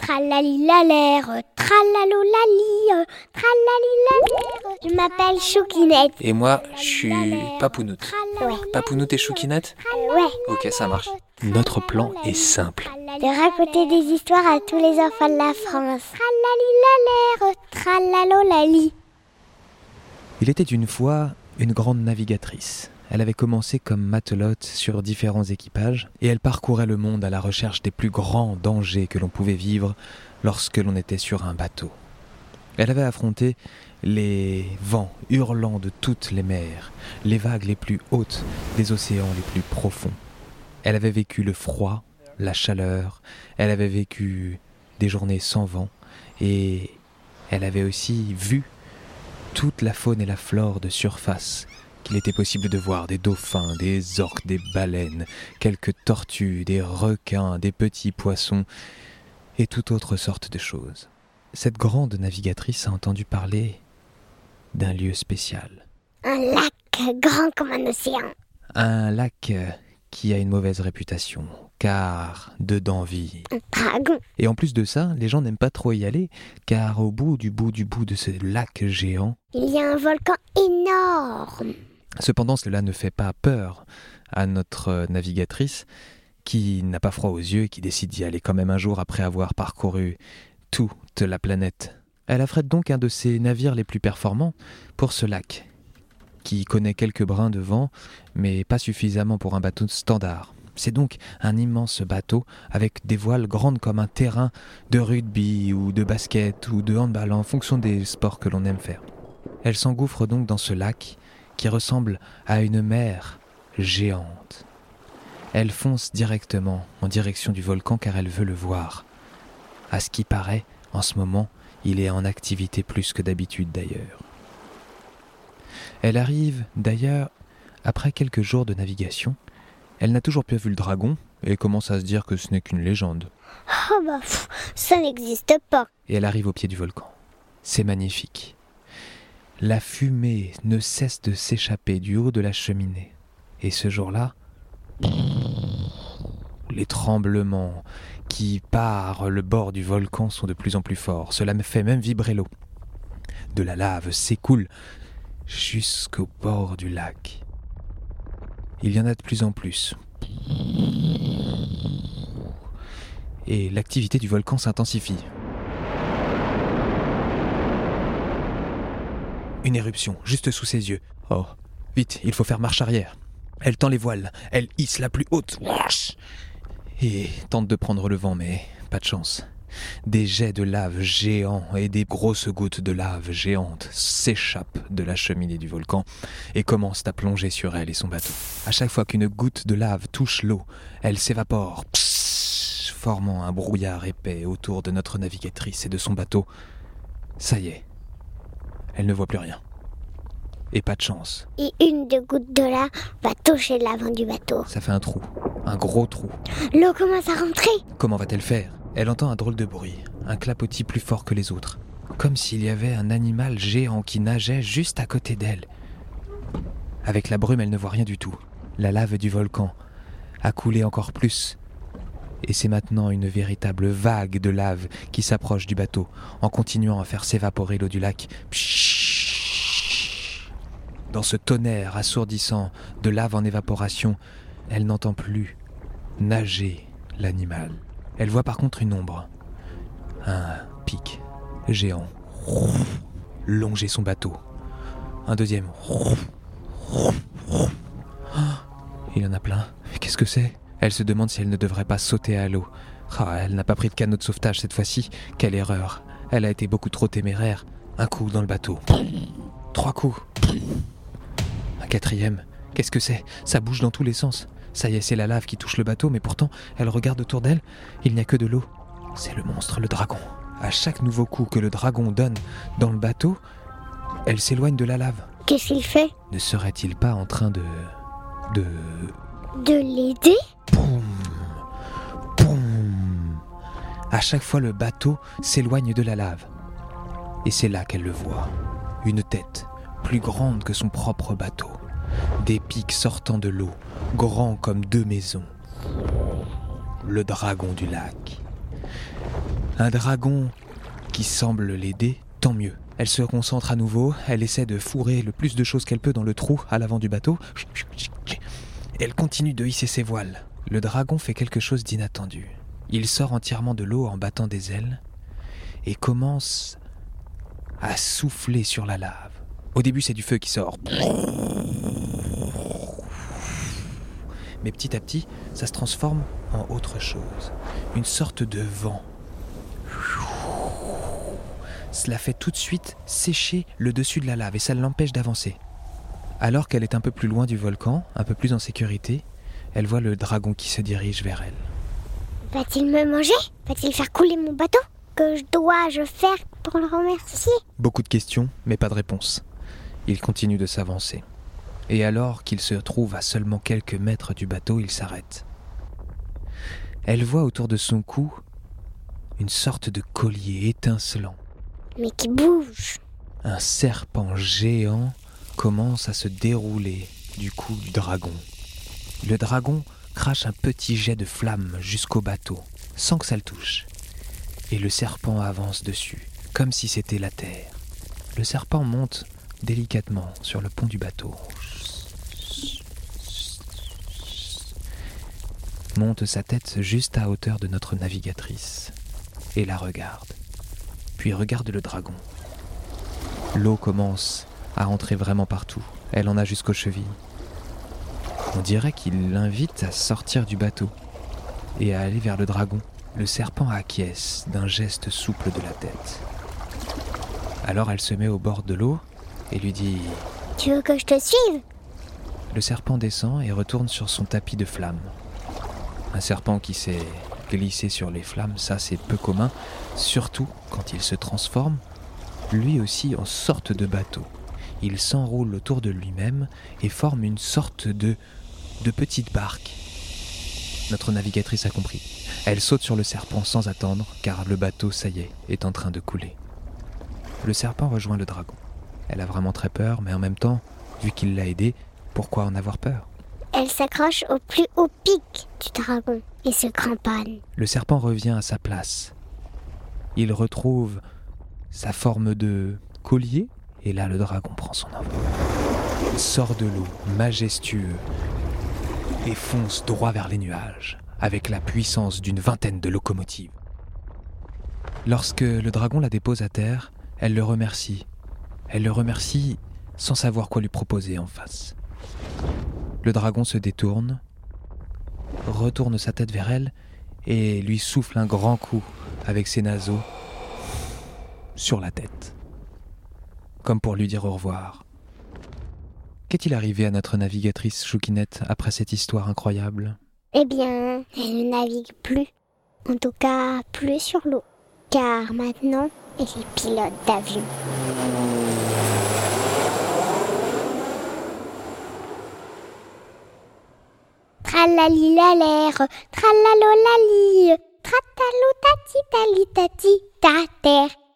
Tralalilalère, tralalolali, tralalilalère. Je m'appelle Choukinette. Et moi, je suis Papounoute. Ouais. Papounoute et Choukinette ? Ouais. Ok, ça marche. Notre plan est simple. De raconter des histoires à tous les enfants de la France. Tralalilalère, tralalolali. Il était une fois une grande navigatrice. Elle avait commencé comme matelote sur différents équipages et elle parcourait le monde à la recherche des plus grands dangers que l'on pouvait vivre lorsque l'on était sur un bateau. Elle avait affronté les vents hurlants de toutes les mers, les vagues les plus hautes des océans les plus profonds. Elle avait vécu le froid, la chaleur, elle avait vécu des journées sans vent et elle avait aussi vu toute la faune et la flore de surface qu'il était possible de voir, des dauphins, des orques, des baleines, quelques tortues, des requins, des petits poissons et toute autre sorte de choses. Cette grande navigatrice a entendu parler d'un lieu spécial. Un lac grand comme un océan. Un lac qui a une mauvaise réputation, car dedans vit Un dragon. Et en plus de ça, les gens n'aiment pas trop y aller, car au bout de ce lac géant, Il y a un volcan énorme. cependant cela ne fait pas peur à notre navigatrice, qui n'a pas froid aux yeux et qui décide d'y aller quand même un jour après avoir parcouru toute la planète. Elle affrète donc un de ses navires les plus performants pour ce lac, qui connaît quelques brins de vent, mais pas suffisamment pour un bateau standard. C'est donc un immense bateau avec des voiles grandes comme un terrain de rugby ou de basket ou de handball en fonction des sports que l'on aime faire. Elle s'engouffre donc dans ce lac qui ressemble à une mer géante. Elle fonce directement en direction du volcan car elle veut le voir. À ce qui paraît, en ce moment, il est en activité plus que d'habitude d'ailleurs. Elle arrive d'ailleurs après quelques jours de navigation. Elle n'a toujours pas vu le dragon et commence à se dire que ce n'est qu'une légende. Oh bah, ça n'existe pas. Et elle arrive au pied du volcan. C'est magnifique. La fumée ne cesse de s'échapper du haut de la cheminée. Et ce jour-là, les tremblements qui parent le bord du volcan sont de plus en plus forts. Cela me fait même vibrer l'eau. De la lave s'écoule jusqu'au bord du lac. Il y en a de plus en plus. Et l'activité du volcan s'intensifie. Une éruption, juste sous ses yeux. Oh, vite, il faut faire marche arrière. Elle tend les voiles, elle hisse la plus haute. Et tente de prendre le vent, mais pas de chance. Des jets de lave géants et des grosses gouttes de lave géantes s'échappent de la cheminée du volcan et commencent à plonger sur elle et son bateau. À chaque fois qu'une goutte de lave touche l'eau, elle s'évapore, formant un brouillard épais autour de notre navigatrice et de son bateau. Ça y est, elle ne voit plus rien. Et pas de chance. Et une de gouttes de lave va toucher l'avant du bateau. Ça fait un trou, un gros trou. L'eau commence à rentrer. Comment va-t-elle faire ? Elle entend un drôle de bruit, un clapotis plus fort que les autres, comme s'il y avait un animal géant qui nageait juste à côté d'elle. Avec la brume, elle ne voit rien du tout. La lave du volcan a coulé encore plus. Et c'est maintenant une véritable vague de lave qui s'approche du bateau, en continuant à faire s'évaporer l'eau du lac. Dans ce tonnerre assourdissant de lave en évaporation, elle n'entend plus nager l'animal. Elle voit par contre une ombre, un pic géant, longer son bateau. Un deuxième. Il y en a plein. Qu'est-ce que c'est ? Elle se demande si elle ne devrait pas sauter à l'eau. Elle n'a pas pris de canot de sauvetage cette fois-ci. Quelle erreur. Elle a été beaucoup trop téméraire. Un coup dans le bateau. 3 coups. Un 4e. Qu'est-ce que c'est ? Ça bouge dans tous les sens. Ça y est, c'est la lave qui touche le bateau, mais pourtant, elle regarde autour d'elle, il n'y a que de l'eau. C'est le monstre, le dragon. À chaque nouveau coup que le dragon donne dans le bateau, elle s'éloigne de la lave. Qu'est-ce qu'il fait ? Ne serait-il pas en train de l'aider ? Boum, boum. À chaque fois, le bateau s'éloigne de la lave. Et c'est là qu'elle le voit. Une tête, plus grande que son propre bateau. Des pics sortant de l'eau, grands comme 2 maisons. Le dragon du lac. Un dragon qui semble l'aider, tant mieux. Elle se concentre à nouveau, elle essaie de fourrer le plus de choses qu'elle peut dans le trou à l'avant du bateau. Elle continue de hisser ses voiles. Le dragon fait quelque chose d'inattendu. Il sort entièrement de l'eau en battant des ailes et commence à souffler sur la lave. Au début, c'est du feu qui sort. Mais petit à petit, ça se transforme en autre chose. Une sorte de vent. Cela fait tout de suite sécher le dessus de la lave et ça l'empêche d'avancer. Alors qu'elle est un peu plus loin du volcan, un peu plus en sécurité, elle voit le dragon qui se dirige vers elle. Va-t-il me manger? Va-t-il faire couler mon bateau? Que dois-je faire pour le remercier? Beaucoup de questions, mais pas de réponse. Il continue de s'avancer. Et alors qu'il se trouve à seulement quelques mètres du bateau, il s'arrête. Elle voit autour de son cou une sorte de collier étincelant. Mais qui bouge. Un serpent géant commence à se dérouler du cou du dragon. Le dragon crache un petit jet de flamme jusqu'au bateau, sans que ça le touche. Et le serpent avance dessus, comme si c'était la terre. Le serpent monte délicatement sur le pont du bateau. Monte sa tête juste à hauteur de notre navigatrice et la regarde. Puis regarde le dragon. L'eau commence à entrer vraiment partout. Elle en a jusqu'aux chevilles. On dirait qu'il l'invite à sortir du bateau et à aller vers le dragon. Le serpent acquiesce d'un geste souple de la tête. Alors elle se met au bord de l'eau et lui dit « Tu veux que je te suive ?» Le serpent descend et retourne sur son tapis de flammes. Un serpent qui s'est glissé sur les flammes, ça c'est peu commun, surtout quand il se transforme, lui aussi en sorte de bateau. Il s'enroule autour de lui-même et forme une sorte de petite barque. Notre navigatrice a compris. Elle saute sur le serpent sans attendre, car le bateau, ça y est en train de couler. Le serpent rejoint le dragon. Elle a vraiment très peur, mais en même temps, vu qu'il l'a aidée, pourquoi en avoir peur ? Elle s'accroche au plus haut pic du dragon et se cramponne. Le serpent revient à sa place. Il retrouve sa forme de collier, et là le dragon prend son envol. Il sort de l'eau, majestueux, et fonce droit vers les nuages, avec la puissance d'une vingtaine de locomotives. Lorsque le dragon la dépose à terre, elle le remercie. Elle le remercie sans savoir quoi lui proposer en face. Le dragon se détourne, retourne sa tête vers elle et lui souffle un grand coup avec ses naseaux sur la tête, comme pour lui dire au revoir. Qu'est-il arrivé à notre navigatrice Choukinette après cette histoire incroyable ? Eh bien, elle ne navigue plus. En tout cas, plus sur l'eau. Car maintenant, elle est pilote d'avion. Tralali-la-l'air, tralalo-lali, tratalo-tati-tali-tati, ta terre.